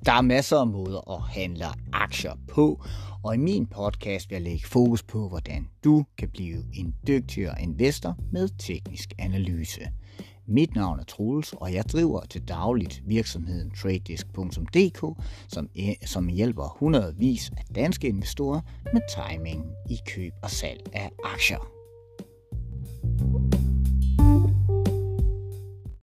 Der er masser af måder at handle aktier på, og i min podcast vil jeg lægge fokus på, hvordan du kan blive en dygtigere investor med teknisk analyse. Mit navn er Troels, og jeg driver til dagligt virksomheden TradeDesk.dk, som hjælper hundredvis af danske investorer med timing i køb og salg af aktier.